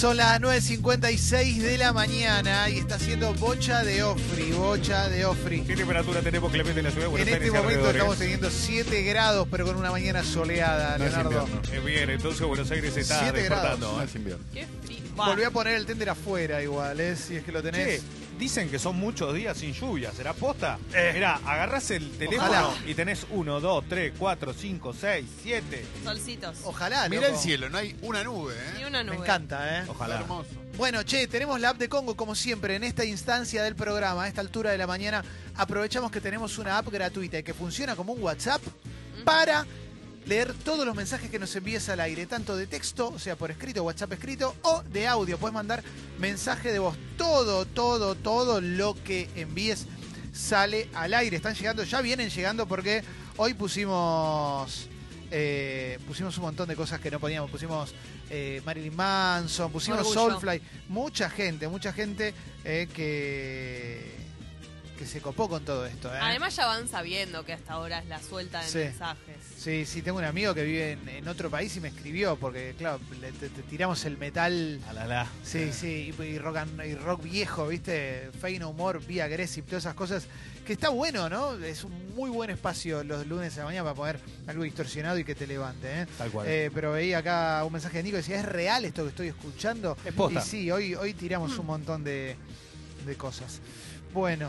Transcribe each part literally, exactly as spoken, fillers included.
Son las nueve cincuenta y seis de la mañana y está haciendo bocha de Ofri, bocha de Ofri. ¿Qué temperatura tenemos, Clemente, en la ciudad de Buenos En Aires? este momento alrededor, estamos eh? teniendo siete grados, pero con una mañana soleada, No es Leonardo. invierno. Eh, bien, entonces Buenos Aires se está siete despertando. grados. No ¿eh? es invierno. Qué frío. Volví a poner el tender afuera igual, ¿eh? Si es que lo tenés. Che, dicen que son muchos días sin lluvia, ¿será posta? Eh. Mirá, agarrás el teléfono Ojalá. y tenés uno, dos, tres, cuatro, cinco, seis, siete. Solcitos. Ojalá, Mirá loco. el cielo, no hay una nube, Ni ¿eh? una nube. Me encanta, ¿eh? Está Ojalá. hermoso. Bueno, che, tenemos la app de Congo como siempre en esta instancia del programa, a esta altura de la mañana. Aprovechamos que tenemos una app gratuita y que funciona como un WhatsApp para leer todos los mensajes que nos envíes al aire, tanto de texto, o sea, por escrito, WhatsApp escrito, o de audio. Puedes mandar mensaje de voz. Todo, todo, todo lo que envíes sale al aire. Están llegando, ya vienen llegando porque hoy pusimos... Eh, pusimos un montón de cosas que no poníamos. Pusimos eh, Marilyn Manson, pusimos Orgullo. Soulfly. Mucha gente, mucha gente eh, que, que se copó con todo esto. ¿eh? Además ya van sabiendo que hasta ahora es la suelta de Sí. mensajes. Sí, sí, tengo un amigo que vive en, en otro país y me escribió porque, claro, le, te, te tiramos el metal. Alala. Sí, sí, y, y rock, and- y rock viejo, ¿viste? Fey No More, Be Aggressive, todas esas cosas. Que está bueno, ¿no? Es un muy buen espacio los lunes a la mañana para poner algo distorsionado y que te levante, ¿eh? Tal cual. Eh, pero veía acá un mensaje de Nico que decía, ¿es real esto que estoy escuchando? Es posta. Y sí, hoy, hoy tiramos un montón de, de cosas. Bueno,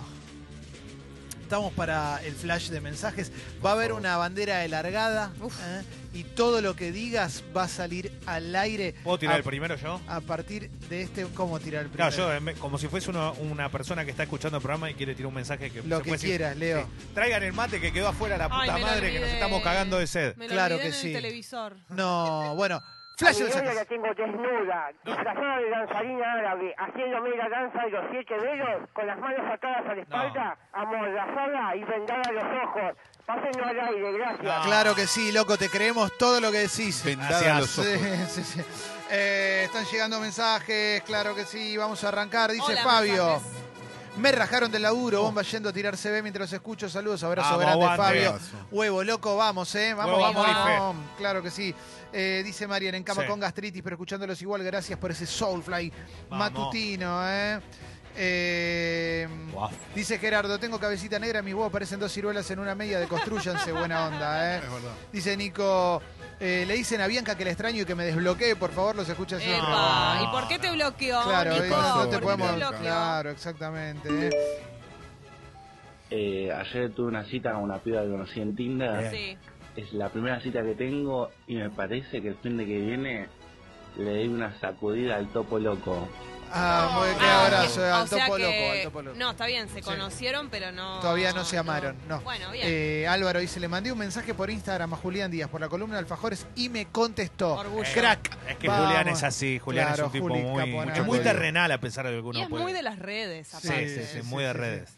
estamos para el flash de mensajes. Va a haber favor. una bandera de largada Uf. ¿eh? Y todo lo que digas va a salir al aire. ¿Puedo tirar a, el primero yo? a partir de este... ¿Cómo tirar el Claro, primero? yo en vez- como si fuese uno- una persona que está escuchando el programa y quiere tirar un mensaje que Lo se que puede decir, quieras, Leo. sí, traigan el mate que quedó afuera la Ay, puta me lo madre que nos olvidé. estamos cagando de sed. Me lo Claro olvidé que en sí. el televisor. No, bueno, A flash de mi novia la mensajes. tengo desnuda, disfrazada de danzarina árabe, haciéndome la danza de los siete dedos, con las manos atadas a la espalda, amordazada y vendada a los ojos. Pásenlo al aire, gracias. No. Claro que sí, loco, te creemos todo lo que decís. Vendada a los Sí, ojos. sí, sí. Eh, están llegando mensajes, claro que sí, vamos a arrancar. Dice Hola, Fabio. mensajes. Me rajaron del laburo, bomba yendo a tirar C B mientras los escucho. Saludos, abrazo Vamos, grande, aguante. Fabio. Abrazo. Huevo, loco, vamos, ¿eh? Vamos, Huevo, vamos, amor y fe. vamos. Claro que sí. Eh, dice Marian, en cama Sí. con gastritis, pero escuchándolos igual, gracias por ese Soulfly Vamos. matutino, ¿eh? Eh, Guau. dice Gerardo, tengo cabecita negra, mis huevos parecen dos ciruelas en una media, deconstrúyanse, buena onda, ¿eh? Es verdad. Dice Nico, eh, le dicen a Bianca que la extraño y que me desbloquee, por favor, los escucha siempre. Epa, No. ¿y por qué te bloqueó? Claro, Nico? eh, pasó, no te ¿Por qué podemos. te bloqueó? Claro, exactamente. ¿eh? Eh, ayer tuve una cita con una piba que conocí en Tinder. Sí. Es la primera cita que tengo y me parece que el fin de que viene le doy una sacudida al topo loco. Ah, muy qué Ah, abrazo, que- al o sea topo que- loco, al topo loco. No, está bien, se conocieron, pero no... Todavía no se amaron, no. Bueno, bien. Eh, Álvaro dice, le mandé un mensaje por Instagram a Julián Díaz por la columna de Alfajores y me contestó. Orgullo. Crack. Es que Vamos. Julián es así, Julián Claro, es un tipo Juli, muy, capo, es no, muy no. terrenal a pesar de que Y alguno es puede. muy de las redes, Sí, aparte. sí, sí, Sí, muy sí, de sí. redes.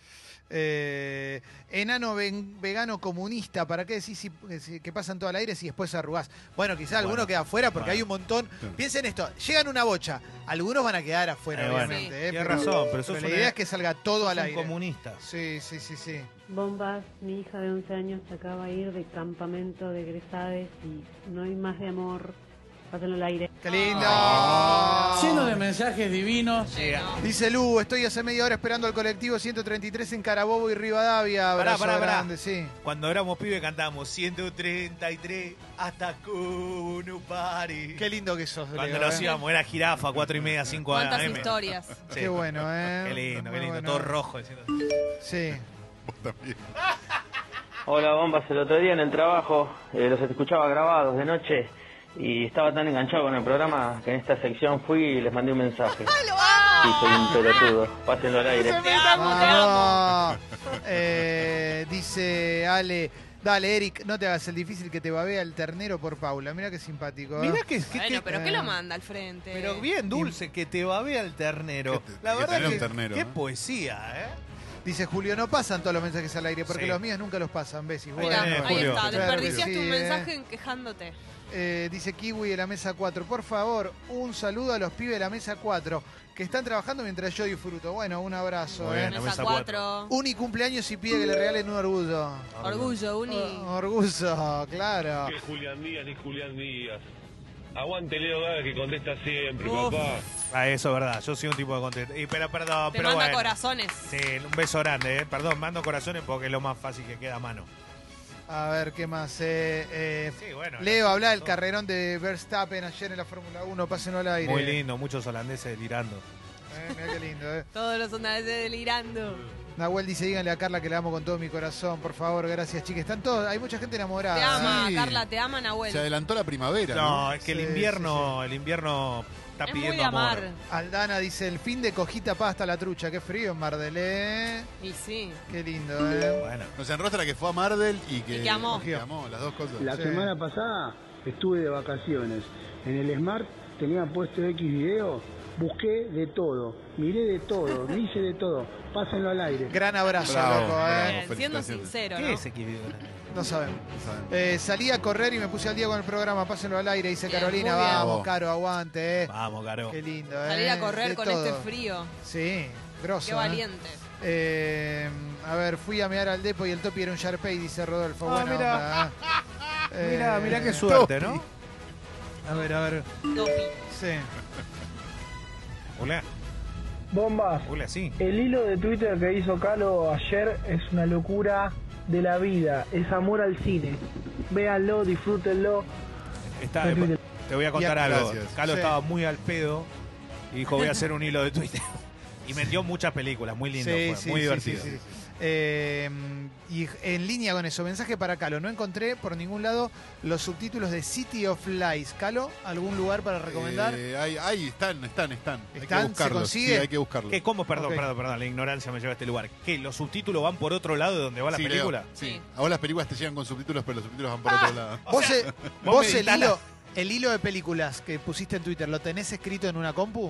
Eh, enano ven- vegano comunista, ¿para qué decís si- si- que pasan todo al aire si después arrugás? Bueno, quizá alguno Bueno, queda afuera porque bueno. hay un montón. Sí. Piensen esto, llegan una bocha, algunos van a quedar afuera, Eh, bueno, obviamente. eh, tienes pero- razón, pero sos pero la una- idea es que salga todo al Son aire. comunistas. Sí, sí, sí, sí. Bombas, mi hija de once años se acaba de ir de campamento de egresades y no hay más de amor. Pásenlo al aire. ¡Qué lindo! Lleno de mensajes divinos. Lleno. Dice Lu, estoy hace media hora esperando al colectivo ciento treinta y tres en Carabobo y Rivadavia. Pará, Abrazo pará, pará. grande, sí. Cuando éramos pibes cantábamos ciento treinta y tres hasta Kuno Party. Qué lindo que sos, Cuando Leo, nos eh. íbamos, era jirafa, cuatro y media, cinco a ¿Cuántas m. historias? Sí. Qué bueno, ¿eh? Qué lindo, Muy qué lindo. bueno. Todo rojo. diciendo- Sí. Vos también. Hola bombas, el otro día en el trabajo eh, los escuchaba grabados de noche y estaba tan enganchado con el programa que en esta sección fui y les mandé un mensaje. Sí, soy un pelotudo, pásenlo al aire. Te amo, te amo. Vamos. Eh, dice Ale, dale Eric, no te hagas el difícil que te babea el ternero por Paula. Mira qué simpático. ¿eh? Mirá que, que- Bueno, que- pero eh. ¿qué lo manda al frente? pero bien dulce, que te babea el ternero. Que te- La que verdad tener un que ternero, qué ¿eh? poesía, ¿eh? Dice Julio, no pasan todos los mensajes al aire porque Sí. los míos nunca los pasan, ¿ves? Y Mirá, bueno, Eh, ahí Julio. está, Claro que desperdiciaste sí, un eh. mensaje quejándote. Eh, dice Kiwi de la mesa cuatro, por favor, un saludo a los pibes de la mesa cuatro que están trabajando mientras yo disfruto. Bueno, un abrazo. Muy ¿eh? bien. la Mesa mesa cuatro. Uni cumpleaños y pide que le regalen un orgullo. Orgullo, Uni. Oh, orgullo, claro. Que Julián Díaz ni Julián Díaz. Aguante Leo Gávez que contesta siempre, Uf. papá. Ah, eso es verdad, yo soy un tipo de contento. Y pero perdón, Te pero manda bueno. corazones. Sí, un beso grande, ¿eh? Perdón, mando corazones porque es lo más fácil que queda a mano. A ver, ¿qué más? Eh, eh, Sí, bueno. Leo, lo- habla del carrerón de Verstappen ayer en la Fórmula uno, pásenlo al aire. Muy lindo, muchos holandeses delirando. Eh, mirá qué lindo, eh. Todos los holandeses delirando. Nahuel dice, díganle a Carla que la amo con todo mi corazón, por favor, gracias, chicas. Están todos, hay mucha gente enamorada. Te ama, sí. Carla, te ama, Nahuel. Se adelantó la primavera, No, ¿no? es que el Sí, invierno, el invierno está Es muy pidiendo de amar. amor. Aldana dice, el fin de cojita pasta la trucha, qué frío en Mar del Eh. Y sí. Qué lindo, eh. Bueno, Nos enrostra que fue a Mardel y que, Y que amó. que amó, las dos cosas. La Sí. semana pasada estuve de vacaciones. En el Smart tenía puesto X video, busqué de todo, miré de todo, hice de todo. Pásenlo al aire. Gran abrazo, Bravo, loco, bravo. eh. Bien, siendo felicitaciones. sincero, ¿qué ¿no? es Equivio? No sabemos. No saben. Eh, salí a correr y me puse al día con el programa, pásenlo al aire, dice Bien, Carolina, muy bien. vamos, Bravo. Caro, aguante, eh. Vamos, Caro. Qué lindo, eh. Salir a correr De con todo. este frío. Sí, grosso. Qué eh. valiente. Eh, a ver, fui a mear al depo y el topi era un Sharpay, dice Rodolfo. Ah, Buena mira. onda, eh. Mirá, Eh, mirá qué suerte, ¿no? A ver, a ver. Topi. Sí. Hola, Bombas. hola, sí. El hilo de Twitter que hizo Calo ayer es una locura de la vida. Es amor al cine. Véanlo, disfrútenlo. Está, Terrible. te voy a contar Bien, algo. gracias. Carlos Sí. estaba muy al pedo y dijo, voy a hacer un hilo de Twitter. Y metió muchas películas, muy lindo, Sí, fue, sí, muy sí, divertido. sí, sí. Eh, y en línea con eso, mensaje para Calo. No encontré por ningún lado los subtítulos de City of Lies. Calo, ¿algún lugar para recomendar? Eh, ahí, ahí están, están, están. Hay ¿Están? que ¿Se buscarlos. consigue? Sí, hay que buscarlos. ¿Qué? ¿Cómo? Perdón, Ok. perdón, perdón, la ignorancia me lleva a este lugar. ¿Qué? ¿Los subtítulos van por otro lado de donde va la Sí, película? Leo, sí. Sí. A vos las películas te llegan con subtítulos, pero los subtítulos van por Ah. otro lado. Vos, eh, vos vos me el, dictás hilo, el hilo de películas que pusiste en Twitter, ¿lo tenés escrito en una compu?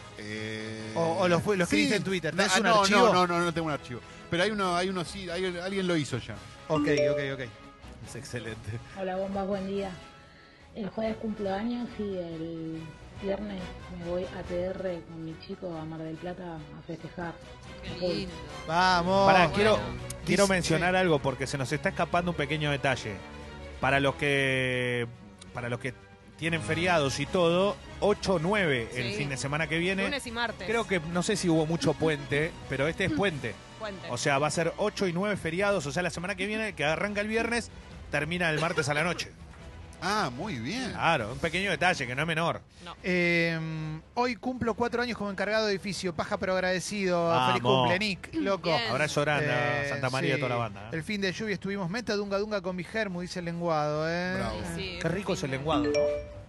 Eh, O- o lo fue- lo escribiste en Twitter, ¿tenés Ah, un no, archivo? No, no, no, no tengo un archivo. Pero hay uno, hay uno sí, hay- alguien lo hizo ya. Ok, ok, ok. Es excelente. Hola bombas, buen día. El jueves cumplo años y el viernes me voy a T R con mi chico a Mar del Plata a festejar. Qué lindo. Vamos. Pará, bueno. quiero, quiero Dice- mencionar algo porque se nos está escapando un pequeño detalle. Para los que para los que tienen feriados y todo, ocho nueve el Sí. fin de semana que viene. Lunes y martes. Creo que no sé si hubo mucho puente, pero este es puente. Puente. O sea, va a ser ocho y nueve feriados, o sea, la semana que viene, que arranca el viernes, termina el martes a la noche. Ah, muy bien. Claro, un pequeño detalle que no es menor. No. Eh, hoy cumplo cuatro años como encargado de edificio. Paja pero agradecido. Feliz Vamos. cumple, Nick. Loco. Bien. Abrazo grande a Eh, Santa María y sí. toda la banda. ¿eh? El fin de lluvia estuvimos meta dunga dunga con mi germu, dice el lenguado, ¿eh? Bravo. Sí, Qué rico es el lenguado, ¿no?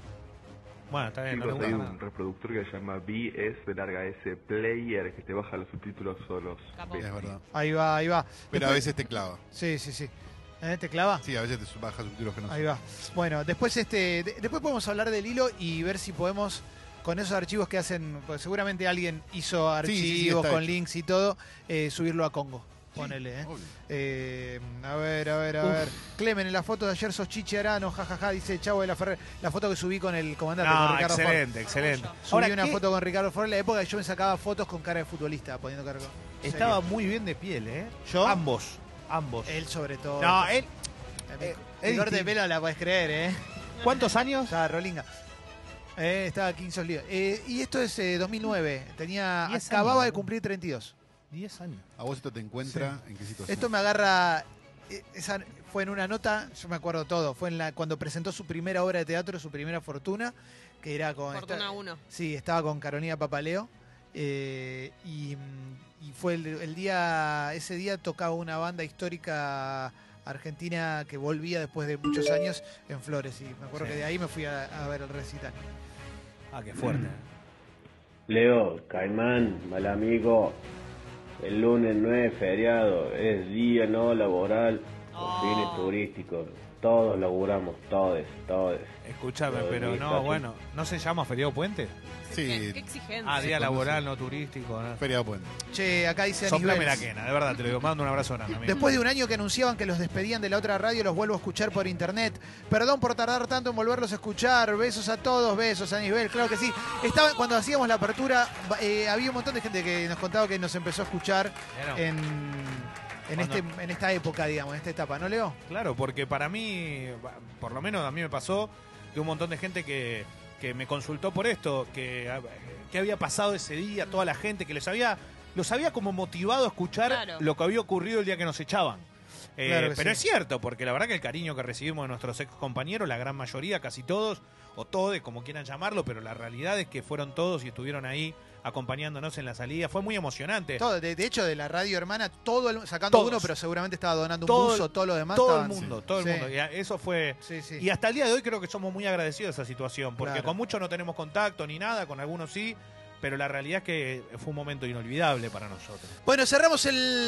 Bueno, está bien, no le Chicos, hay gusta un nada. reproductor que se llama B S de larga S Player que te baja los subtítulos solos. Capo. Es verdad. Ahí va, ahí va. Pero a Después- veces te clava. Sí, sí, sí. ¿Eh? ¿Te clava? Sí, a veces te baja subtítulos que no Ahí va. Bueno, después este, de- después podemos hablar del hilo y ver si podemos con esos archivos que hacen, pues seguramente alguien hizo archivos sí, sí, está con hecho. links y todo, eh, subirlo a Congo. Ponele, ¿eh? Obvio. Eh, a ver, a ver, a Uf. ver. Clemen, en la foto de ayer sos Chichi Arano, jajaja, dice Chavo de la Ferrer. La foto que subí con el comandante, con No, Ricardo Ford. excelente, excelente. Subí Ahora, una ¿qué? foto con Ricardo Ford en la época que yo me sacaba fotos con cara de futbolista, poniendo cargo. Estaba muy bien de piel, ¿eh? ¿Yo? Ambos, ambos. Él sobre todo. No, él... El, eh, el es corte de distinto. pelo la podés creer, ¿eh? ¿Cuántos años? Estaba Rolinga. Eh, estaba quince olivos. Eh, y esto es eh, dos mil nueve. Tenía, diez acababa años, de ¿no? cumplir treinta y dos. diez años. ¿A vos esto te encuentra en qué situación? Esto me agarra. eh, Esa fue en una nota, yo me acuerdo todo. Fue en la cuando presentó su primera obra de teatro, su primera fortuna, que era con. Fortuna esta- uno. Sí, estaba con Carolina Papaleo. eh, y, mm, y fue el, el día. Ese día tocaba una banda histórica argentina que volvía después de muchos años en Flores. Y me acuerdo Sí. que de ahí me fui a, a ver el recital. Ah, qué fuerte. Leo, Caimán, mal amigo, el lunes no es feriado, es día no laboral, Oh. con fines turísticos, todos laburamos, todos, todos. Escúchame, Lo de pero mi no, caso. bueno, ¿no se llama feriado puente? Sí, Qué, qué exigente. Ah, día conoce. laboral, no turístico. ¿no? Feriado Puente. Che, acá dice Soplame la Anisbel. quena, de verdad, te lo digo. Mando un abrazo grande, amigo. Después de un año que anunciaban que los despedían de la otra radio, los vuelvo a escuchar por internet. Perdón por tardar tanto en volverlos a escuchar. Besos a todos, besos a Anisbel, claro que sí. Estaba, cuando hacíamos la apertura, eh, había un montón de gente que nos contaba que nos empezó a escuchar Claro. en, en, Cuando- este, en esta época, digamos, en esta etapa, ¿no, Leo? Claro, porque para mí, por lo menos a mí me pasó que un montón de gente que que me consultó por esto, que, que había pasado ese día, toda la gente, que les había, los había como motivado a escuchar Claro. lo que había ocurrido el día que nos echaban. Eh, Claro que pero sí. es cierto, porque la verdad que el cariño que recibimos de nuestros ex compañeros, la gran mayoría, casi todos, o todos, como quieran llamarlo, pero la realidad es que fueron todos y estuvieron ahí acompañándonos en la salida. Fue muy emocionante. Todo, de, de hecho, de la radio hermana, todo el, sacando Todos. uno, pero seguramente estaba donando un Todo- buzo, todos los demás Todo el estaban- mundo, todo el Sí. mundo. Y a- eso fue. Sí, sí. Y hasta el día de hoy creo que somos muy agradecidos de esa situación, porque Claro. con muchos no tenemos contacto ni nada, con algunos sí, pero la realidad es que fue un momento inolvidable para nosotros. Bueno, cerramos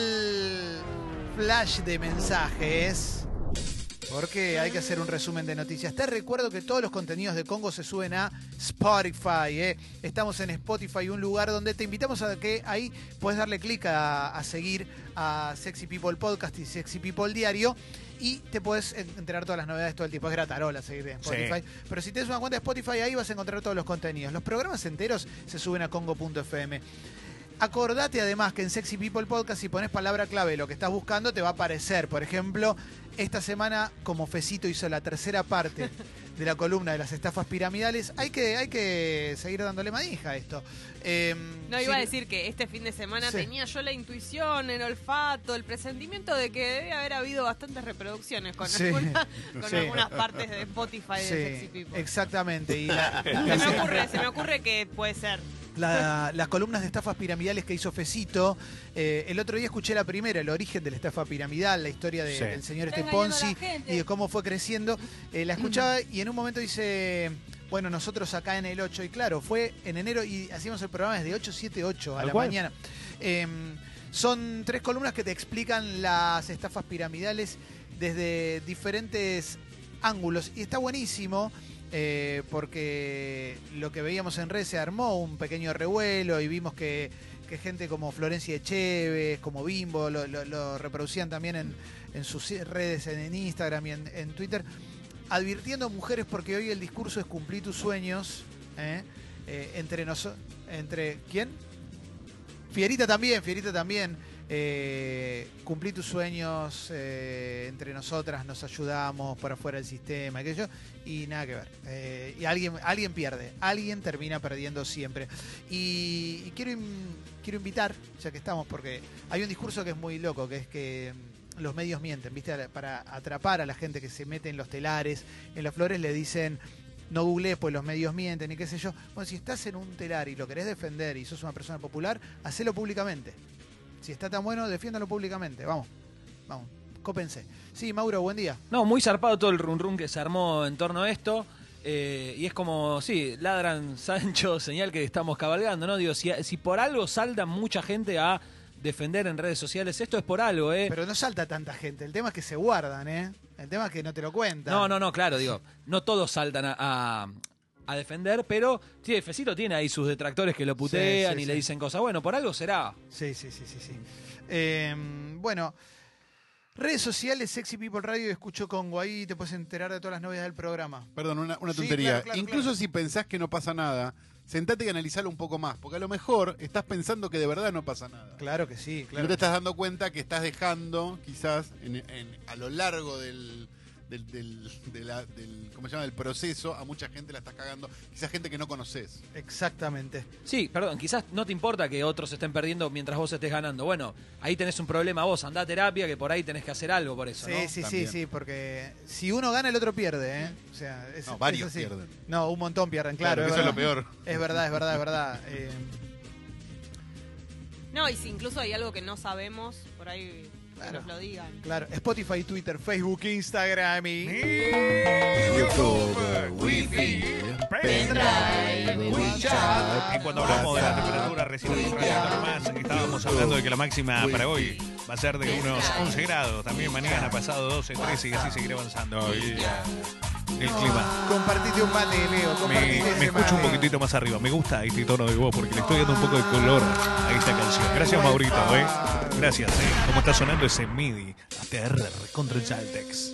el flash de mensajes. Porque hay que hacer un resumen de noticias. Te recuerdo que todos los contenidos de Congo se suben a Spotify. ¿eh? Estamos en Spotify, un lugar donde te invitamos a que ahí puedes darle clic a, a seguir a Sexy People Podcast y Sexy People Diario. Y te puedes enterar todas las novedades todo el tiempo. Es gratarola seguir en Spotify. Sí. Pero si tienes una cuenta de Spotify, ahí vas a encontrar todos los contenidos. Los programas enteros se suben a congo punto f m. Acordate además que en Sexy People Podcast, si pones palabra clave lo que estás buscando, te va a aparecer. Por ejemplo, esta semana, como Fecito hizo la tercera parte de la columna de las estafas piramidales, hay que, hay que seguir dándole manija a esto. Eh, No, si- iba a decir que este fin de semana Sí. tenía yo la intuición, el olfato, el presentimiento de que debe haber habido bastantes reproducciones con, Sí. alguna- con Sí. algunas partes de Spotify de Sí, Sexy People. exactamente. Y la- Se la- me ocurre, se me ocurre que puede ser. La- las columnas de estafas piramidales que hizo Fecito. Eh, el otro día escuché la primera, el origen de la estafa piramidal, la historia de- Sí. del señor Está este engañando a Ponzi la gente. y de cómo fue creciendo. Eh, la escuchaba y en un momento dice, bueno, nosotros acá en el ocho, y claro, fue en enero y hacíamos el programa desde ocho, siete, ocho a Tal la cual. mañana. Eh, son tres columnas que te explican las estafas piramidales desde diferentes ángulos y está buenísimo. Eh, porque lo que veíamos en redes se armó un pequeño revuelo y vimos que, que gente como Florencia Echeves, como Bimbo, lo, lo- lo reproducían también en, en sus redes, en, en Instagram y en, en Twitter, advirtiendo a mujeres porque hoy el discurso es cumplir tus sueños, ¿eh? Eh, entre nosotros, entre ¿quién? Fierita también, Fierita también. Eh, cumplí tus sueños, eh, entre nosotras nos ayudamos por afuera del sistema, aquello, y nada que ver. Eh, y alguien, alguien pierde, alguien termina perdiendo siempre. Y, y quiero, in- quiero invitar, ya que estamos, porque hay un discurso que es muy loco, que es que mm, los medios mienten, ¿viste? Para atrapar a la gente que se mete en los telares, en las flores le dicen... No googlees, pues los medios mienten y qué sé yo. Bueno, si estás en un telar y lo querés defender y sos una persona popular, hacelo públicamente. Si está tan bueno, defiéndalo públicamente. Vamos, vamos, cópense. Sí, Mauro, buen día. No, muy zarpado todo el run run que se armó en torno a esto. eh, y es como, sí, ladran Sancho, señal que estamos cabalgando, ¿no? Digo, si, si por algo salta mucha gente a defender en redes sociales, esto es por algo, ¿eh? Pero no salta tanta gente. El tema es que se guardan, ¿eh? El tema es que no te lo cuentan. No, no, no, claro, digo, no todos saltan a, a, a defender, pero sí, Fecito tiene ahí sus detractores que lo putean Sí, sí, y sí. le dicen cosas. Bueno, por algo será. Sí, sí, sí, sí, sí. Eh, bueno, redes sociales, Sexy People Radio y Escucho Congo. Ahí te puedes enterar de todas las novedades del programa. Perdón, una, una Sí, tontería. claro, claro, Incluso claro. si pensás que no pasa nada, sentate y analizalo un poco más, porque a lo mejor estás pensando que de verdad no pasa nada. Claro que sí, Y claro. no te estás dando cuenta que estás dejando, quizás, en- en- a lo largo del, del, del, de la- del- ¿cómo se llama? del proceso, a mucha gente la estás cagando, quizás gente que no conoces. Exactamente. Sí, perdón, quizás no te importa que otros estén perdiendo mientras vos estés ganando. Bueno, ahí tenés un problema vos, andá a terapia, que por ahí tenés que hacer algo por eso, Sí, ¿no? sí, sí, También. sí, porque si uno gana, el otro pierde, ¿eh? O sea, es, No, varios es así. pierden. No, un montón pierden, claro. Claro, que eso es lo verdad. peor. Es verdad, es verdad, es verdad. Eh, No, y si incluso hay algo que no sabemos, por ahí Claro. que nos lo digan. claro, Spotify, Twitter, Facebook, Instagram y... YouTube, Wi-Fi, Y cuando hablamos de la temperatura recién arrancando nomás, estábamos hablando de que la máxima para hoy va a ser de unos once grados. También mañana pasado doce, trece y así seguirá avanzando hoy el clima. Compartite un mate, Leo. Me, Compartite ese me escucho un mate. poquitito más arriba. Me gusta este tono de voz porque le estoy dando un poco de color a esta canción. Gracias, Maurito. ¿eh? Gracias. ¿eh? ¿Cómo está sonando ese MIDI? A T R contra el Saltex.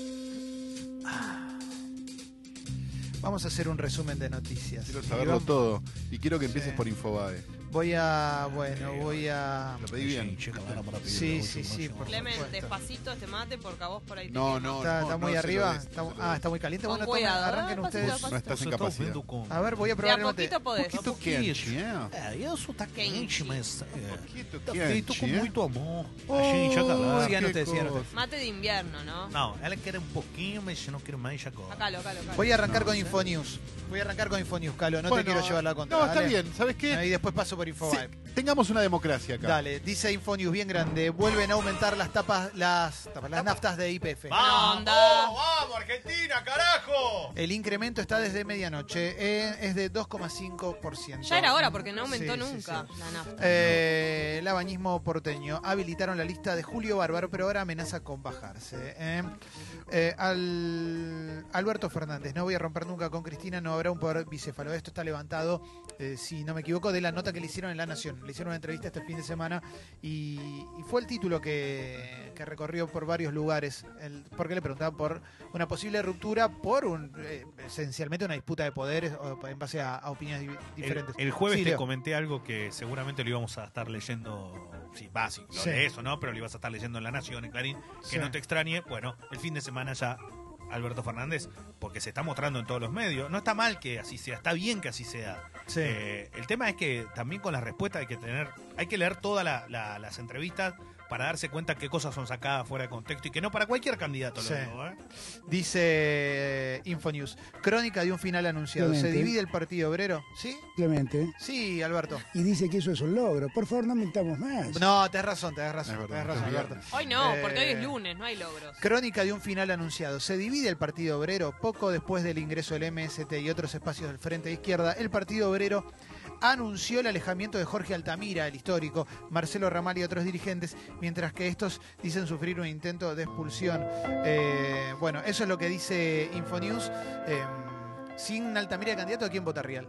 Vamos a hacer un resumen de noticias. Quiero Y saberlo vamos- todo. Y quiero que empieces Sí. por Infobae. Voy a, bueno, voy a... Lo pedí bien. Sí, sí, sí, por Clemente, supuesto. despacito este mate porque a vos por ahí te No, quema. no, Está, no, está no muy se lo arriba. des, Está- no se lo ah, des. está muy caliente. Con Bueno, tomen, cuidado, arranquen pasito, ustedes. pasito. No estás en Eu tô capacidad. vendo com... A ver, voy a De probar a el mate. poquito podés. Poquito quente, é? É, isso tá quente, mas é, Poquito tá feito com quente, é? muito amor. Oh, a gente agora. sigan qué ustedes, sigan cosa. ustedes. Mate de invierno, ¿no? Não, ela quer um pouquinho, mas eu não quero mais agora. Acá, acá, acá. Voy a arrancar No, con sí. Infonews. Voy a arrancar con Infonews, Calo. No Bueno, te quiero llevar la contra. No, está dale. bien. ¿Sabes qué? Y después paso por Sí, Infobae. tengamos una democracia acá. Dale, dice Infonews bien grande. Vuelven a aumentar las tapas, las, tapas, las naftas de I P F. ¡Vamos! ¡Vamos, Argentina, carajo! El incremento está desde medianoche. eh, es de dos coma cinco por ciento. Ya era hora porque no aumentó Sí, sí, nunca sí. la nafta. Eh, el abanismo porteño. Habilitaron la lista de Julio Bárbaro, pero ahora amenaza con bajarse. eh. Eh, al Alberto Fernández, no voy a romper nunca con Cristina, no habrá un poder bicéfalo. Esto está levantado, eh, si no me equivoco, de la nota que le hicieron en La Nación. Le hicieron una entrevista este fin de semana y, y fue el título que, que recorrió por varios lugares. El, porque le preguntaban por una posible ruptura por un, eh, esencialmente una disputa de poderes o en base a, a opiniones di- El, diferentes. el jueves Sí, te Leo. comenté algo que seguramente lo íbamos a estar leyendo, sí, básico, lo Sí. de eso, ¿no? Pero lo ibas a estar leyendo en La Nación, en Clarín, que Sí. no te extrañe. Bueno, el fin de semana ya Alberto Fernández, porque se está mostrando en todos los medios. No está mal que así sea, está bien que así sea. Sí. Eh, el tema es que también con las respuestas hay que tener, hay que leer todas la- la- las entrevistas para darse cuenta qué cosas son sacadas fuera de contexto y que no para cualquier candidato. Sí. Lo digo, ¿eh? Dice eh, Infonews, crónica de un final anunciado. ¿Se Clemente. divide el Partido Obrero? ¿Sí? Clemente. Sí, Alberto. Y dice que eso es un logro. Por favor, no mentamos más. No, tenés razón, tenés razón. Es verdad, tenés razón, es Alberto. viernes. Hoy no, Eh, porque hoy es lunes, no hay logros. Crónica de un final anunciado. Se divide el Partido Obrero. Poco después del ingreso del M S T y otros espacios del Frente de Izquierda, el Partido Obrero anunció el alejamiento de Jorge Altamira, el histórico, Marcelo Ramal y otros dirigentes, mientras que estos dicen sufrir un intento de expulsión. Eh, bueno, eso es lo que dice Infonews. Eh, sin Altamira de candidato, ¿a quién vota Rial?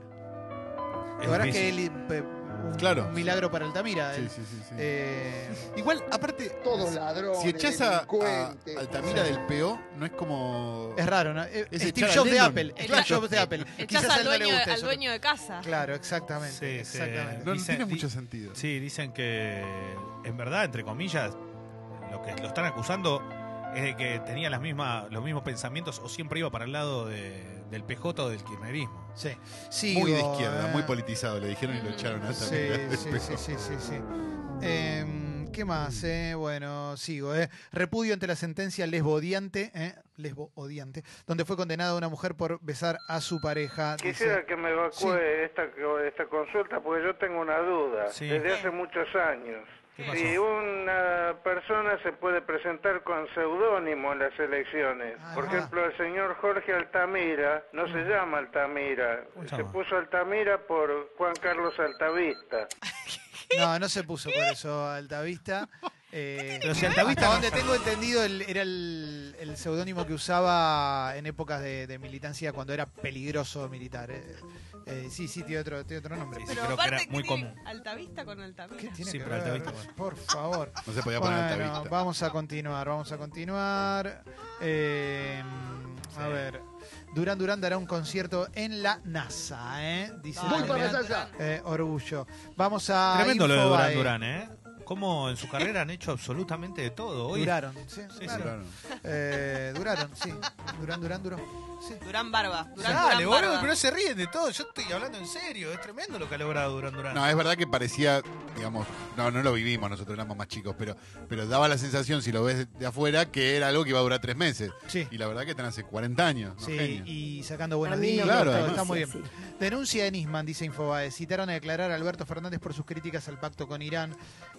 Es La verdad es que difícil. él, eh, un, Claro. un milagro para Altamira. Sí, él. sí, sí, sí. Eh, Igual, aparte, Todos ladrones, si echás a, a delincuentes. Altamira del P O, no es como... es raro, ¿no? Eh, Es Steve echar a Jobs de Lennon. Apple. Claro. Steve Jobs de Apple. Echás Quizás a al él no le dueño, guste al eso. dueño de casa. Claro, exactamente. Sí, sí. exactamente. No, no Dice- tiene di- mucho sentido. Sí, dicen que en verdad, entre comillas, lo que lo están acusando es de que tenía las mismas, los mismos pensamientos o siempre iba para el lado de- del P J o del kirchnerismo. Sí. Sigo, Muy de izquierda, eh. muy politizado, le dijeron y lo echaron a Sí, Altamira del sí, P O. sí, sí, sí, sí. Em, ¿Qué más? Eh? Bueno, sigo. Eh. Repudio ante la sentencia lesbo-odiante, eh, lesbo-odiante, donde fue condenada una mujer por besar a su pareja. Quisiera Dice- que me evacúe esta, esta consulta porque yo tengo una duda Sí. desde hace muchos años. ¿Qué pasó? Si una persona se puede presentar con seudónimo en las elecciones, por Ajá. ejemplo, el señor Jorge Altamira no se llama Altamira, ¿Cómo se se llama? puso Altamira por Juan Carlos Altavista. No, no se puso por eso Altavista. Eh, Pero si Altavista hasta no donde sabe. tengo entendido, el- era el, el seudónimo que usaba en épocas de, de militancia cuando era peligroso militar. Eh, eh, sí, sí, tiene otro, tiene otro nombre. Sí, Pero creo que aparte, era ¿qué muy tiene común. Altavista con Altamira? ¿Qué tiene Sí, que pero ver? Altavista, bueno. Por favor. No se podía poner Bueno, Altavista. vamos a continuar, vamos a continuar. Eh, a ver, Durán Durán dará un concierto en la NASA, ¿eh? Dice Voy para Julián. allá. Eh, orgullo. Vamos a Tremendo lo de Durán Infobae. Durán, ¿eh? Cómo en su carrera han hecho absolutamente de todo. Hoy Duraron, sí, Sí, duraron. sí. Eh, duraron, sí. Durán Durán duró. Sí. Durán Barba. Durán, Dale, Durán boludo, Barba. pero se ríen de todo. Yo estoy hablando en serio. Es tremendo lo que ha logrado Durán Durán. No, es verdad que parecía, digamos, no, no lo vivimos, nosotros éramos más chicos, pero, pero daba la sensación, si lo ves de, de afuera, que era algo que iba a durar tres meses. Sí. Y la verdad que están hace cuarenta años. ¿no? Sí, Genio. y sacando buenos A mí no días, me Claro, todo, además. está muy bien. Sí, Denuncia de Nisman, dice Infobae. Citaron a declarar a Alberto Fernández por sus críticas al pacto con Irán.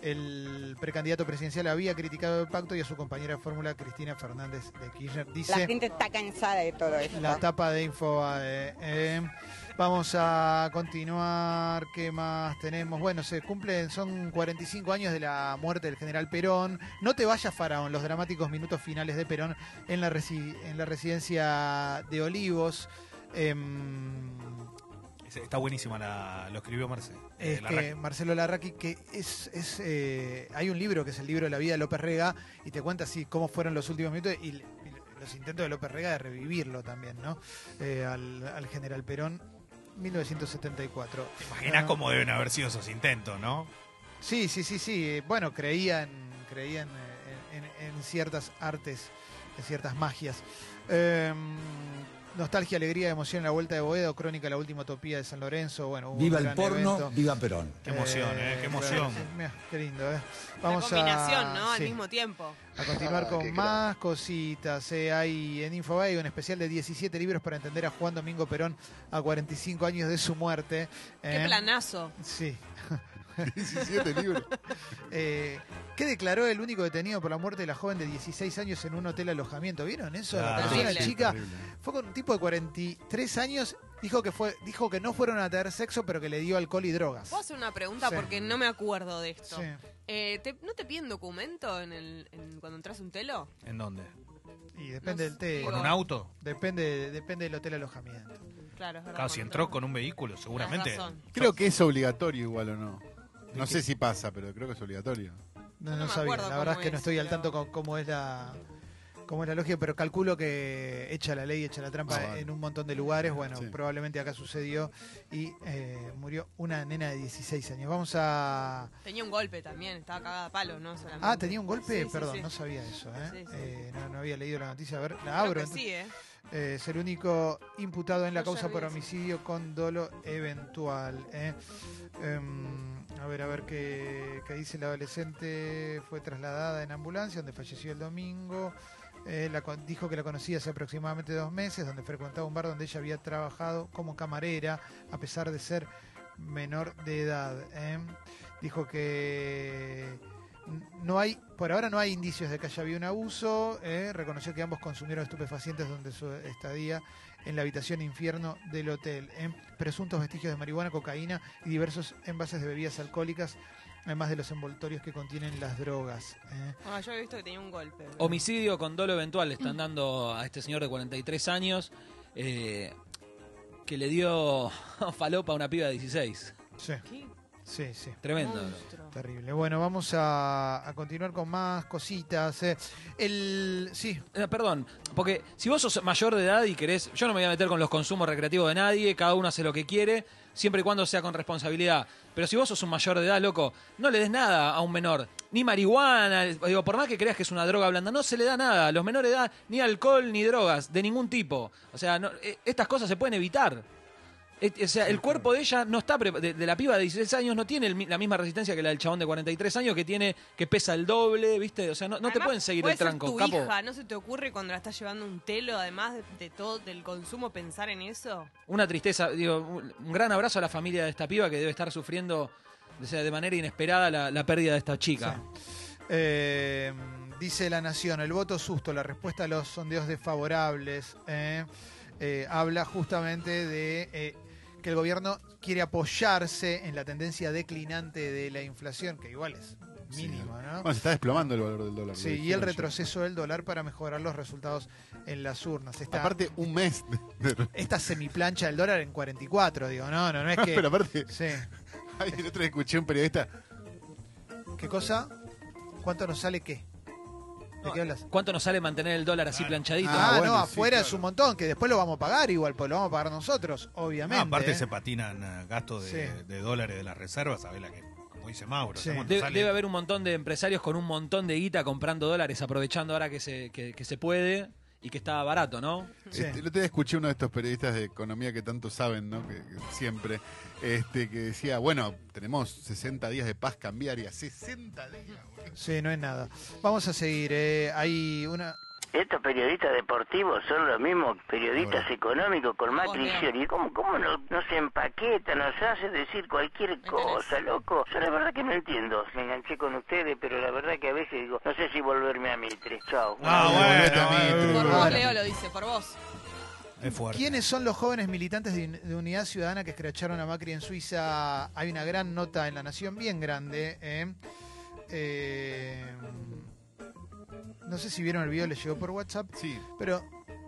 El precandidato presidencial había criticado el pacto y a su compañera de fórmula, Cristina Fernández de Kirchner. La Dice gente está cansada de todo esto. la tapa de Infobae. Eh, vamos a continuar. ¿Qué más tenemos? Bueno, se cumplen, son cuarenta y cinco años de la muerte del general Perón. No te vayas, Faraón, los dramáticos minutos finales de Perón en la, resi- en la residencia de Olivos. Em, Está buenísima, la, lo escribió Marce. eh, es la que Raki. Marcelo Larraqui, que es, es eh, hay un libro que es el libro de la vida de López Rega y te cuenta así cómo fueron los últimos minutos y, y los intentos de López Rega de revivirlo también, ¿no? Eh, al, al general Perón. mil novecientos setenta y cuatro. ¿Te imaginas Ah, cómo deben haber sido esos intentos, no? Sí, sí, sí, sí. Bueno, creían, creían en, en- en ciertas artes, en ciertas magias. Eh, nostalgia, alegría, emoción en la vuelta de Boedo, crónica la última utopía de San Lorenzo. Bueno, hubo Viva un el gran porno, evento. viva Perón. Qué emoción, ¿eh? Qué emoción. Sí, mira, qué lindo, ¿eh? La Vamos combinación, a, ¿no? Al sí, mismo tiempo. a continuar Ah, con qué más cositas. eh. Hay en Infobae un especial de diecisiete libros para entender a Juan Domingo Perón a cuarenta y cinco años de su muerte. Qué ¿eh? planazo. Sí. diecisiete libros. Eh, ¿Qué declaró el único detenido por la muerte de la joven de dieciséis años en un hotel alojamiento? ¿Vieron eso? Claro. La persona Terrible. chica Terrible. fue con un tipo de cuarenta y tres años, dijo que fue, dijo que no fueron a tener sexo, pero que le dio alcohol y drogas. ¿Puedo hacer una pregunta? Sí. Porque no me acuerdo de esto. Sí. Eh, ¿te- ¿No te piden documento en el, en- cuando entras a un telo? ¿En dónde? Y depende No del té. ¿Con un auto? Depende, depende del hotel alojamiento. Claro, es verdad. Claro, si cuando entró entras. con un vehículo, seguramente. Tenés razón. Creo que es obligatorio igual o no. No sé si pasa, pero creo que es obligatorio. No, Yo no no me sabía. acuerdo La verdad es cómo que no es, estoy al pero- tanto con cómo es la cómo es la lógica, pero calculo que echa la ley, echa la trampa Ah, vale. en un montón de lugares. Bueno, Sí. probablemente acá sucedió y eh, murió una nena de dieciséis años. Vamos a... Tenía un golpe también, estaba cagada a palo, ¿no? Solamente. Ah, ¿tenía un golpe? Sí, sí, Perdón, sí. no sabía eso. ¿eh? Sí, sí. Eh, no, no había leído la noticia. A ver, la Creo abro. que entonces. sí, ¿eh? Eh, es el único imputado en la Yo causa ya por vi eso. homicidio con dolo eventual. ¿eh? Em, a ver, a ver qué, qué dice la adolescente. Fue trasladada en ambulancia, donde falleció el domingo. Eh, la con- dijo que la conocía hace aproximadamente dos meses, donde frecuentaba un bar donde ella había trabajado como camarera, a pesar de ser menor de edad. ¿eh? Dijo que no hay, por ahora no hay indicios de que haya habido un abuso. ¿eh? Reconoció que ambos consumieron estupefacientes durante su estadía en la habitación infierno del hotel. ¿eh? Presuntos vestigios de marihuana, cocaína y diversos envases de bebidas alcohólicas, además de los envoltorios que contienen las drogas. ¿eh? Ah, yo he visto que tenía un golpe. bro. Homicidio con dolo eventual le están dando a este señor de cuarenta y tres años eh, que le dio falopa a una piba de dieciséis. Sí, ¿Qué? sí, sí. Tremendo. Monstruo. Terrible. Bueno, vamos a, a continuar con más cositas. ¿eh? El, sí, Eh, perdón, porque si vos sos mayor de edad y querés, yo no me voy a meter con los consumos recreativos de nadie, cada uno hace lo que quiere, siempre y cuando sea con responsabilidad. Pero si vos sos un mayor de edad, loco, no le des nada a un menor, ni marihuana, digo, por más que creas que es una droga blanda, no se le da nada. A los menores de edad, ni alcohol, ni drogas, de ningún tipo. O sea, no, eh, estas cosas se pueden evitar. Eh, O sea, el cuerpo de ella no está, pre- de, de la piba de dieciséis años no tiene el mi- la misma resistencia que la del chabón de cuarenta y tres años que tiene, que pesa el doble, ¿viste? O sea, no, no te Además, pueden seguir puede el ser tranco, tu capo. hija, ¿no se te ocurre cuando la estás llevando un telo, además de, de todo, del consumo, pensar en eso? Una tristeza, digo, un un gran abrazo a la familia de esta piba que debe estar sufriendo, o sea, de manera inesperada la, la pérdida de esta chica. Eh, dice La Nación, el voto susto, la respuesta a los sondeos desfavorables, eh, eh, habla justamente de eh, que el gobierno quiere apoyarse en la tendencia declinante de la inflación, que igual es mínimo, ¿no? Bueno, se está desplomando el valor del dólar. Sí, lo y el dijeron retroceso del dólar para mejorar los resultados en las urnas. ya. Esta, Aparte, un mes. de- de- esta semiplancha del dólar en cuarenta y cuatro, digo, no, no, no es que... Pero aparte, Sí. ay, el otro día escuché a un periodista. ¿Qué cosa? ¿Cuánto nos sale qué? ¿De qué hablas? ¿Cuánto nos sale mantener el dólar así planchadito? Ah, bueno, no, sí, afuera claro. es un montón, que después lo vamos a pagar igual, pues lo vamos a pagar nosotros, obviamente. Ah, aparte ¿eh? se patinan eh, gastos de, Sí. de dólares de las reservas, ¿sabés la que, como dice Mauro? Sí. ¿sabés cuánto De- sale? debe haber un montón de empresarios con un montón de guita comprando dólares, aprovechando ahora que se, que, que se puede y que está barato, ¿no? Sí. Este, el otro día escuché uno de estos periodistas de economía que tanto saben, ¿no? Que, que siempre, este, que decía, bueno, tenemos sesenta días de paz cambiaria. sesenta días, boludo. Sí, no es nada. Vamos a seguir. eh, hay una... Estos periodistas deportivos son los mismos periodistas Ahora. económicos con Macri y Obvio. Scioli. ¿Cómo, cómo no, no se empaquetan, nos hace decir cualquier cosa, loco? Yo la verdad que no entiendo. Me enganché con ustedes, pero la verdad que a veces digo, no sé si volverme a Mitre. Chao. Ah, Ay, bueno, volvete a bueno, Mitre. Por bueno. vos, Leo lo dice, por vos. Es fuerte. ¿Quiénes son los jóvenes militantes de, de Unidad Ciudadana que escracharon a Macri en Suiza? Hay una gran nota en La Nación, bien grande. ¿eh? Eh, no sé si vieron el video, les llegó por WhatsApp. Sí. Pero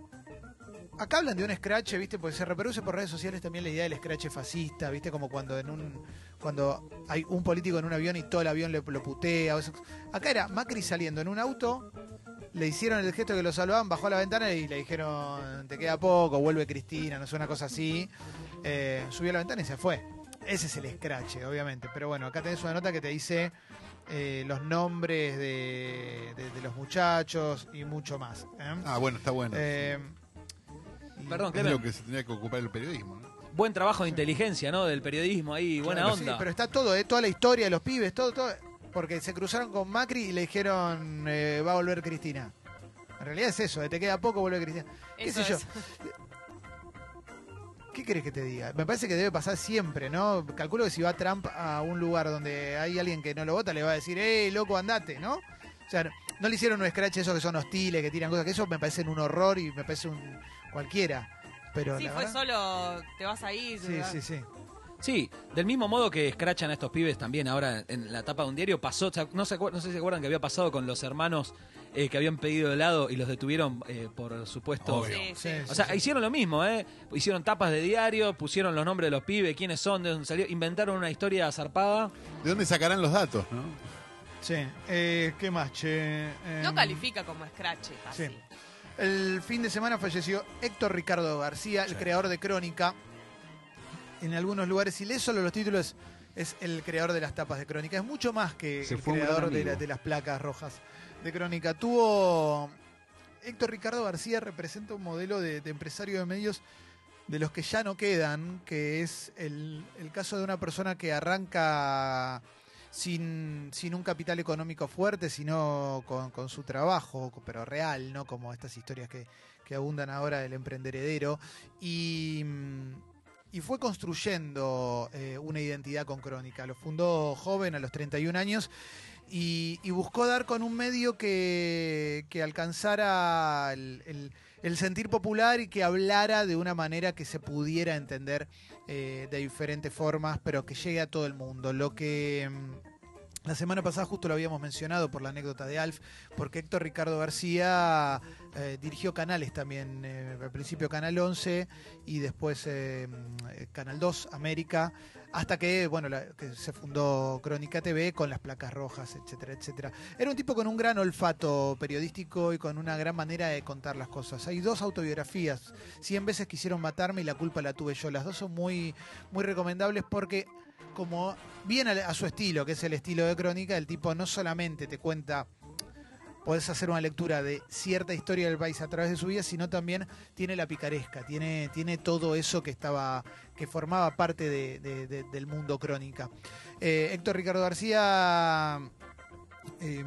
acá hablan de un scratch, ¿viste? Porque se reproduce por redes sociales también la idea del scratch fascista, ¿viste? Como cuando en un cuando hay un político en un avión y todo el avión le, lo putea. o eso. Acá era Macri saliendo en un auto le hicieron el gesto que lo saludaban, bajó a la ventana y le dijeron, te queda poco, vuelve Cristina, no sé, una cosa así. Eh, subió a la ventana y se fue. Ese es el escrache, obviamente. Pero bueno, acá tenés una nota que te dice eh, los nombres de, de, de los muchachos y mucho más. ¿eh? Ah, bueno, está bueno. Eh, Perdón, es Clemen. lo que se tenía que ocupar el periodismo, ¿no? Buen trabajo de inteligencia, ¿no? Del periodismo ahí, buena claro, onda. Sí, pero está todo, ¿eh? Toda la historia de los pibes, todo, todo. Porque se cruzaron con Macri y le dijeron, eh, va a volver Cristina. En realidad es eso, ¿eh? Te queda poco, vuelve Cristina. ¿Qué Eso sé yo? es. ¿Qué querés que te diga? Me parece que debe pasar siempre, ¿no? Calculo que si va Trump a un lugar donde hay alguien que no lo vota, le va a decir, ¡eh, loco, andate!, ¿no? O sea, no le hicieron un scratch esos que son hostiles, que tiran cosas, que eso me parece un horror y me parece un cualquiera. Pero Sí, la fue verdad- solo, te vas a ir. Sí, ¿verdad? sí, sí. Sí, del mismo modo que escrachan a estos pibes también ahora en la tapa de un diario, pasó, no, se acuer- no sé si se acuerdan que había pasado con los hermanos eh, que habían pedido helado y los detuvieron eh, por supuesto. Obvio. Sí, sí. O sea, hicieron lo mismo, ¿eh? Hicieron tapas de diario, pusieron los nombres de los pibes, quiénes son, de dónde salió, inventaron una historia zarpada. ¿De dónde sacarán los datos, no? Sí. Eh, ¿Qué más, che? Eh, No califica como scratch, así. Sí. El fin de semana falleció Héctor Ricardo García, el creador de Crónica. En algunos lugares, si lees solo los títulos, es el creador de las tapas de Crónica. Es mucho más que Se el fue un gran creador de, amigo. la- de las placas rojas de Crónica. Tuvo... Héctor Ricardo García representa un modelo de, de empresario de medios de los que ya no quedan, que es el, el caso de una persona que arranca sin, sin un capital económico fuerte, sino con, con su trabajo, pero real, ¿no? Como estas historias que, que abundan ahora del emprenderedero. Y, y fue construyendo eh, una identidad con Crónica. Lo fundó joven, a los treinta y un años, y, y buscó dar con un medio que, que alcanzara el, el- el sentir popular y que hablara de una manera que se pudiera entender eh, de diferentes formas, pero que llegue a todo el mundo. Lo que mm, la semana pasada justo lo habíamos mencionado por la anécdota de Alf, porque Héctor Ricardo García eh, dirigió canales también, eh, al principio Canal once y después eh, mm, Canal dos, América, hasta que, bueno, la- que se fundó Crónica T V con las placas rojas, etcétera, etcétera. Era un tipo con un gran olfato periodístico y con una gran manera de contar las cosas. Hay dos autobiografías, Cien veces quisieron matarme y La culpa la tuve yo. Las dos son muy, muy recomendables porque, como bien a, a su estilo, que es el estilo de Crónica, el tipo no solamente te cuenta, podés hacer una lectura de cierta historia del país a través de su vida, sino también tiene la picaresca, tiene, tiene todo eso que estaba, que formaba parte de- de- de- del mundo Crónica. Eh, Héctor Ricardo García, eh,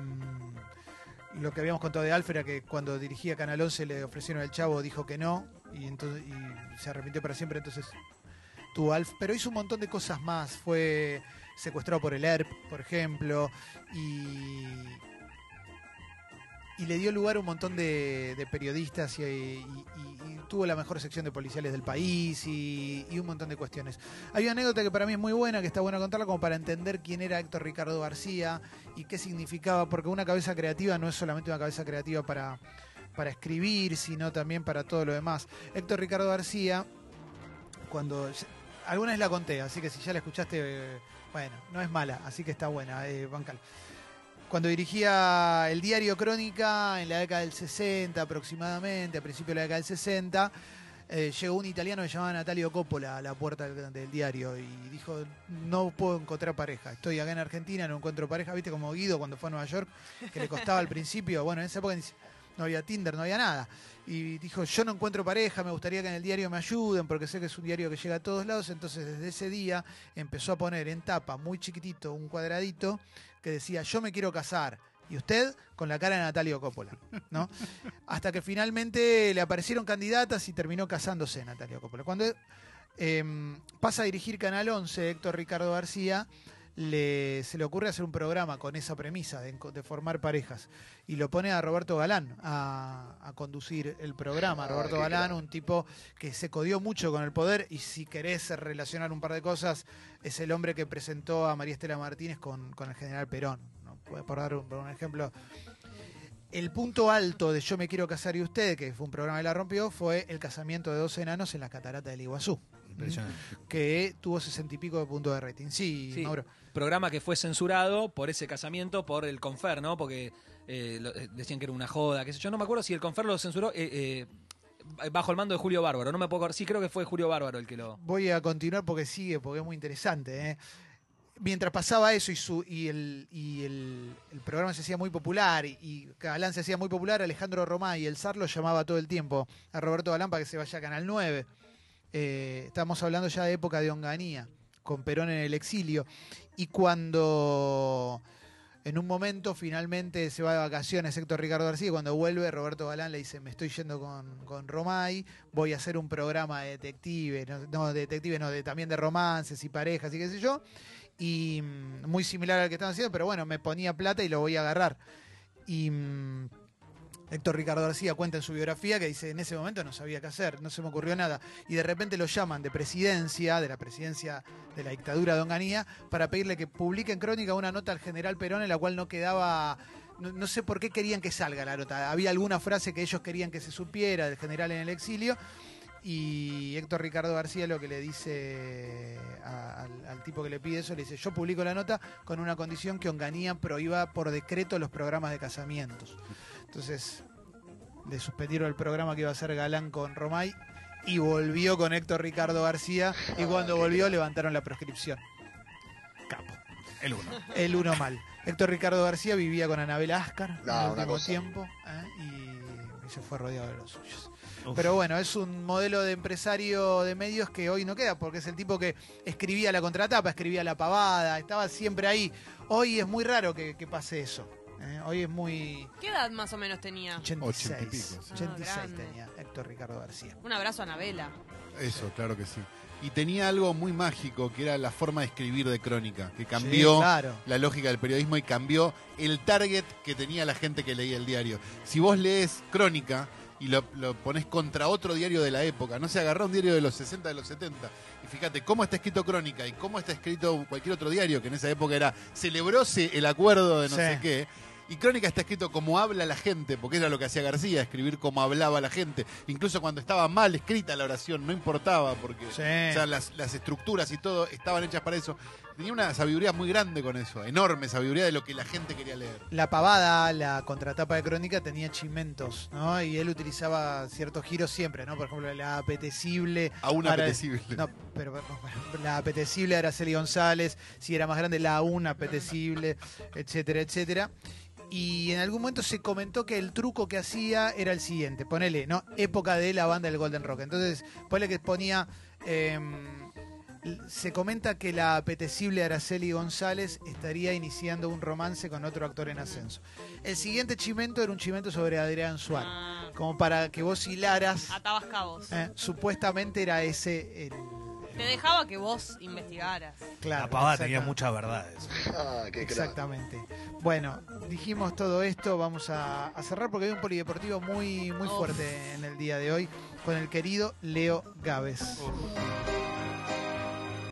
lo que habíamos contado de Alf era que cuando dirigía Canal once le ofrecieron el Chavo, dijo que no, y entonces y se arrepintió para siempre, entonces tuvo Alf, pero hizo un montón de cosas más, fue secuestrado por el E R P, por ejemplo, y y le dio lugar a un montón de, de periodistas y, y- y- y tuvo la mejor sección de policiales del país y, y un montón de cuestiones. Hay una anécdota que para mí es muy buena, que está buena contarla como para entender quién era Héctor Ricardo García y qué significaba, porque una cabeza creativa no es solamente una cabeza creativa para, para escribir, sino también para todo lo demás. Héctor Ricardo García, cuando... Alguna vez la conté, así que si ya la escuchaste, eh, bueno, no es mala, así que está buena, eh, bancal. Cuando dirigía el diario Crónica en la década del sesenta aproximadamente, a principios de la década del sesenta, eh, llegó un italiano que se llamaba Natalio Coppola a la puerta del, del diario y dijo, no puedo encontrar pareja, estoy acá en Argentina, no encuentro pareja, viste como Guido cuando fue a Nueva York, que le costaba al principio, bueno, en esa época no había Tinder, no había nada. Y dijo, yo no encuentro pareja, me gustaría que en el diario me ayuden, porque sé que es un diario que llega a todos lados. Entonces, desde ese día empezó a poner en tapa, muy chiquitito, un cuadradito que decía, yo me quiero casar. Y usted con la cara de Natalio Coppola, ¿no? Hasta que finalmente le aparecieron candidatas y terminó casándose Natalio Coppola. Cuando eh, pasa a dirigir Canal once, Héctor Ricardo García, Le, se le ocurre hacer un programa con esa premisa de, de formar parejas y lo pone a Roberto Galán a, a conducir el programa. Ah, Roberto qué Galán, crack. un tipo que se codió mucho con el poder y si querés relacionar un par de cosas, es el hombre que presentó a María Estela Martínez con, con el general Perón, ¿no? Por dar un, por un ejemplo. El punto alto de Yo me quiero casar y usted, que fue un programa que la rompió, fue el casamiento de dos enanos en las cataratas del Iguazú. Impresionante. Que tuvo sesenta y pico de puntos de rating. Sí, Sí, Mauro. programa que fue censurado por ese casamiento, por el Confer, ¿no? Porque eh, lo- eh, decían que era una joda, qué sé yo. No me acuerdo si el Confer lo censuró eh, eh, bajo el mando de Julio Bárbaro. No me puedo acordar. Sí, creo que fue Julio Bárbaro el que lo... Voy a continuar porque sigue, porque es muy interesante. ¿eh? Mientras pasaba eso y, su, y, el, y el, el programa se hacía muy popular y, y Galán se hacía muy popular, Alejandro Romay y el zar lo llamaba todo el tiempo a Roberto Galán para que se vaya a Canal nueve. Eh, estamos hablando ya de época de Onganía, con Perón en el exilio. Y cuando en un momento finalmente se va de vacaciones Héctor Ricardo García, y cuando vuelve Roberto Galán le dice, me estoy yendo con, con Romay, voy a hacer un programa de detective, no, no de detective, no, de, también de romances y parejas y qué sé yo, y mm, muy similar al que estaban haciendo, pero bueno, me ponía plata y lo voy a agarrar. Y mm, Héctor Ricardo García cuenta en su biografía que dice, en ese momento no sabía qué hacer, no se me ocurrió nada. Y de repente lo llaman de presidencia, de la presidencia de la dictadura de Onganía, para pedirle que publique en Crónica una nota al general Perón en la cual no quedaba... No, no sé por qué querían que salga la nota. Había alguna frase que ellos querían que se supiera del general en el exilio. Y Héctor Ricardo García lo que le dice a- al, al tipo que le pide eso, le dice, yo publico la nota con una condición que Onganía prohíba por decreto los programas de casamientos. Entonces le suspendieron el programa que iba a hacer Galán con Romay y volvió con Héctor Ricardo García y cuando volvió levantaron la proscripción. Capo. El uno. El uno mal. Héctor Ricardo García vivía con Anabela Ascar No, en el una último cosa. tiempo ¿eh? y, y se fue rodeado de los suyos. Pero bueno, es un modelo de empresario de medios que hoy no queda, porque es el tipo que escribía la contratapa, escribía la pavada, estaba siempre ahí. Hoy es muy raro que, que pase eso. ¿eh? Hoy es muy... ¿Qué edad más o menos tenía? ochenta y seis. Ochenta y pico, sí. ochenta y seis Ah, grande. tenía Héctor Ricardo García. Un abrazo a Anabela. Eso, claro que sí. Y tenía algo muy mágico, que era la forma de escribir de Crónica, que cambió Sí, claro. la lógica del periodismo y cambió el target que tenía la gente que leía el diario. Si vos lees Crónica y lo, lo pones contra otro diario de la época, no se agarró un diario de los sesenta, de los setenta, y fíjate cómo está escrito Crónica y cómo está escrito cualquier otro diario, que en esa época era, celebróse el acuerdo de no Sí. sé qué. Y Crónica está escrito como habla la gente, porque era lo que hacía García, escribir como hablaba la gente. Incluso cuando estaba mal escrita la oración, no importaba, porque Sí. o sea, las, las estructuras y todo estaban hechas para eso. Tenía una sabiduría muy grande con eso, enorme sabiduría de lo que la gente quería leer. La pavada, la contratapa de Crónica, tenía chimentos, ¿no? Y él utilizaba ciertos giros siempre, ¿no? Por ejemplo, la apetecible. Aún para- apetecible. No, pero pero, la apetecible de Araceli González, si era más grande, la aún apetecible, etcétera, etcétera. Y en algún momento se comentó que el truco que hacía era el siguiente, ponele, ¿no? Época de la banda del Golden Rock. Entonces, ponele que ponía... em, se comenta que la apetecible Araceli González estaría iniciando un romance con otro actor en ascenso. El siguiente chimento era un chimento sobre Adrián Suárez. Ah, Como para que vos hilaras. atabas cabos. eh, supuestamente era ese el. Te dejaba que vos investigaras. Claro, La pavada tenía exacta- muchas verdades. Ah, qué crack. Exactamente. Bueno, dijimos todo esto, vamos a, a cerrar porque hay un polideportivo muy, muy Uf. fuerte en el día de hoy con el querido Leo Gávez. Uf.